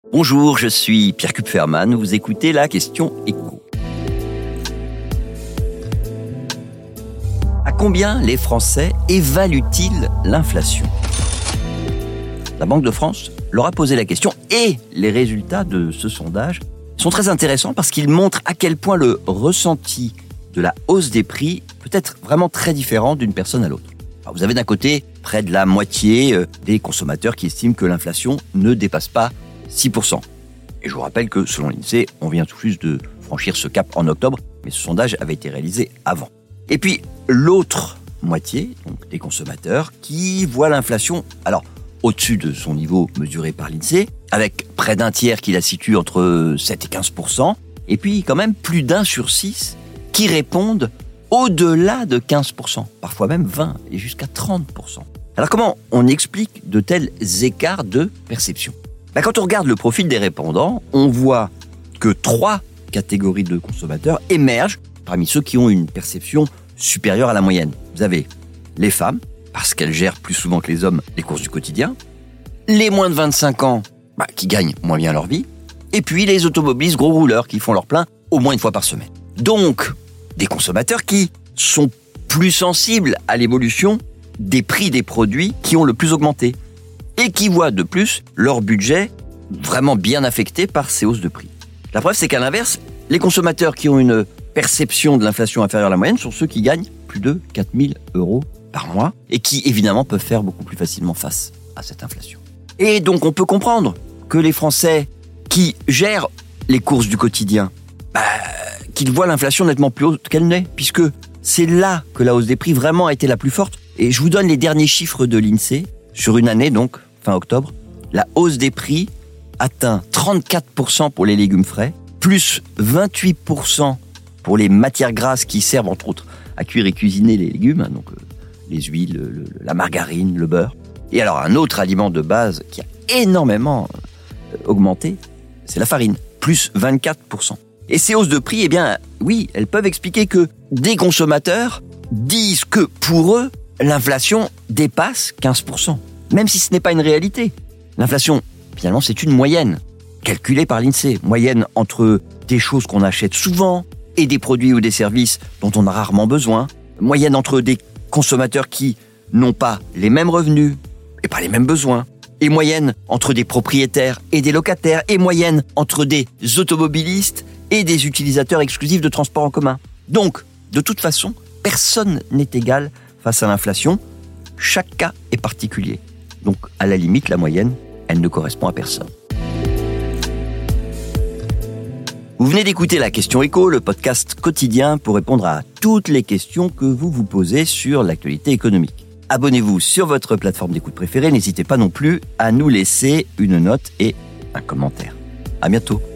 Bonjour, je suis Pierre Kupferman, vous écoutez la question écho. À combien les Français évaluent-ils l'inflation ? La Banque de France leur a posé la question et les résultats de ce sondage sont très intéressants parce qu'ils montrent à quel point le ressenti de la hausse des prix peut être vraiment très différent d'une personne à l'autre. Alors vous avez d'un côté près de la moitié des consommateurs qui estiment que l'inflation ne dépasse pas 6%. Et je vous rappelle que selon l'INSEE, on vient tout juste de franchir ce cap en octobre, mais ce sondage avait été réalisé avant. Et puis l'autre moitié, donc des consommateurs, qui voient l'inflation, alors au-dessus de son niveau mesuré par l'INSEE, avec près d'un tiers qui la situe entre 7 et 15%, et puis quand même plus d'un sur 6 qui répondent au-delà de 15%, parfois même 20 et jusqu'à 30%. Alors comment on explique de tels écarts de perception ? Quand on regarde le profil des répondants, on voit que 3 catégories de consommateurs émergent parmi ceux qui ont une perception supérieure à la moyenne. Vous avez les femmes, parce qu'elles gèrent plus souvent que les hommes les courses du quotidien, les moins de 25 ans, qui gagnent moins bien leur vie, et puis les automobilistes gros rouleurs qui font leur plein au moins une fois par semaine. Donc, des consommateurs qui sont plus sensibles à l'évolution des prix des produits qui ont le plus augmenté et qui voient de plus leur budget vraiment bien affecté par ces hausses de prix. La preuve, c'est qu'à l'inverse, les consommateurs qui ont une perception de l'inflation inférieure à la moyenne sont ceux qui gagnent plus de 4 000 € par mois et qui, évidemment, peuvent faire beaucoup plus facilement face à cette inflation. Et donc, on peut comprendre que les Français qui gèrent les courses du quotidien, qu'ils voient l'inflation nettement plus haute qu'elle n'est, puisque c'est là que la hausse des prix vraiment a été la plus forte. Et je vous donne les derniers chiffres de l'INSEE. Sur une année, donc, fin octobre, la hausse des prix atteint 34% pour les légumes frais, plus 28% pour les matières grasses qui servent, entre autres, à cuire et cuisiner les légumes, donc les huiles, la margarine, le beurre. Et alors, un autre aliment de base qui a énormément augmenté, c'est la farine, plus 24%. Et ces hausses de prix, oui, elles peuvent expliquer que des consommateurs disent que, pour eux, l'inflation dépasse 15%, même si ce n'est pas une réalité. L'inflation, finalement, c'est une moyenne, calculée par l'INSEE. Moyenne entre des choses qu'on achète souvent et des produits ou des services dont on a rarement besoin. Moyenne entre des consommateurs qui n'ont pas les mêmes revenus et pas les mêmes besoins. Et moyenne entre des propriétaires et des locataires. Et moyenne entre des automobilistes et des utilisateurs exclusifs de transports en commun. Donc, de toute façon, personne n'est égal face à l'inflation. Chaque cas est particulier. Donc, à la limite, la moyenne, elle ne correspond à personne. Vous venez d'écouter la Question Écho, le podcast quotidien pour répondre à toutes les questions que vous vous posez sur l'actualité économique. Abonnez-vous sur votre plateforme d'écoute préférée. N'hésitez pas non plus à nous laisser une note et un commentaire. À bientôt.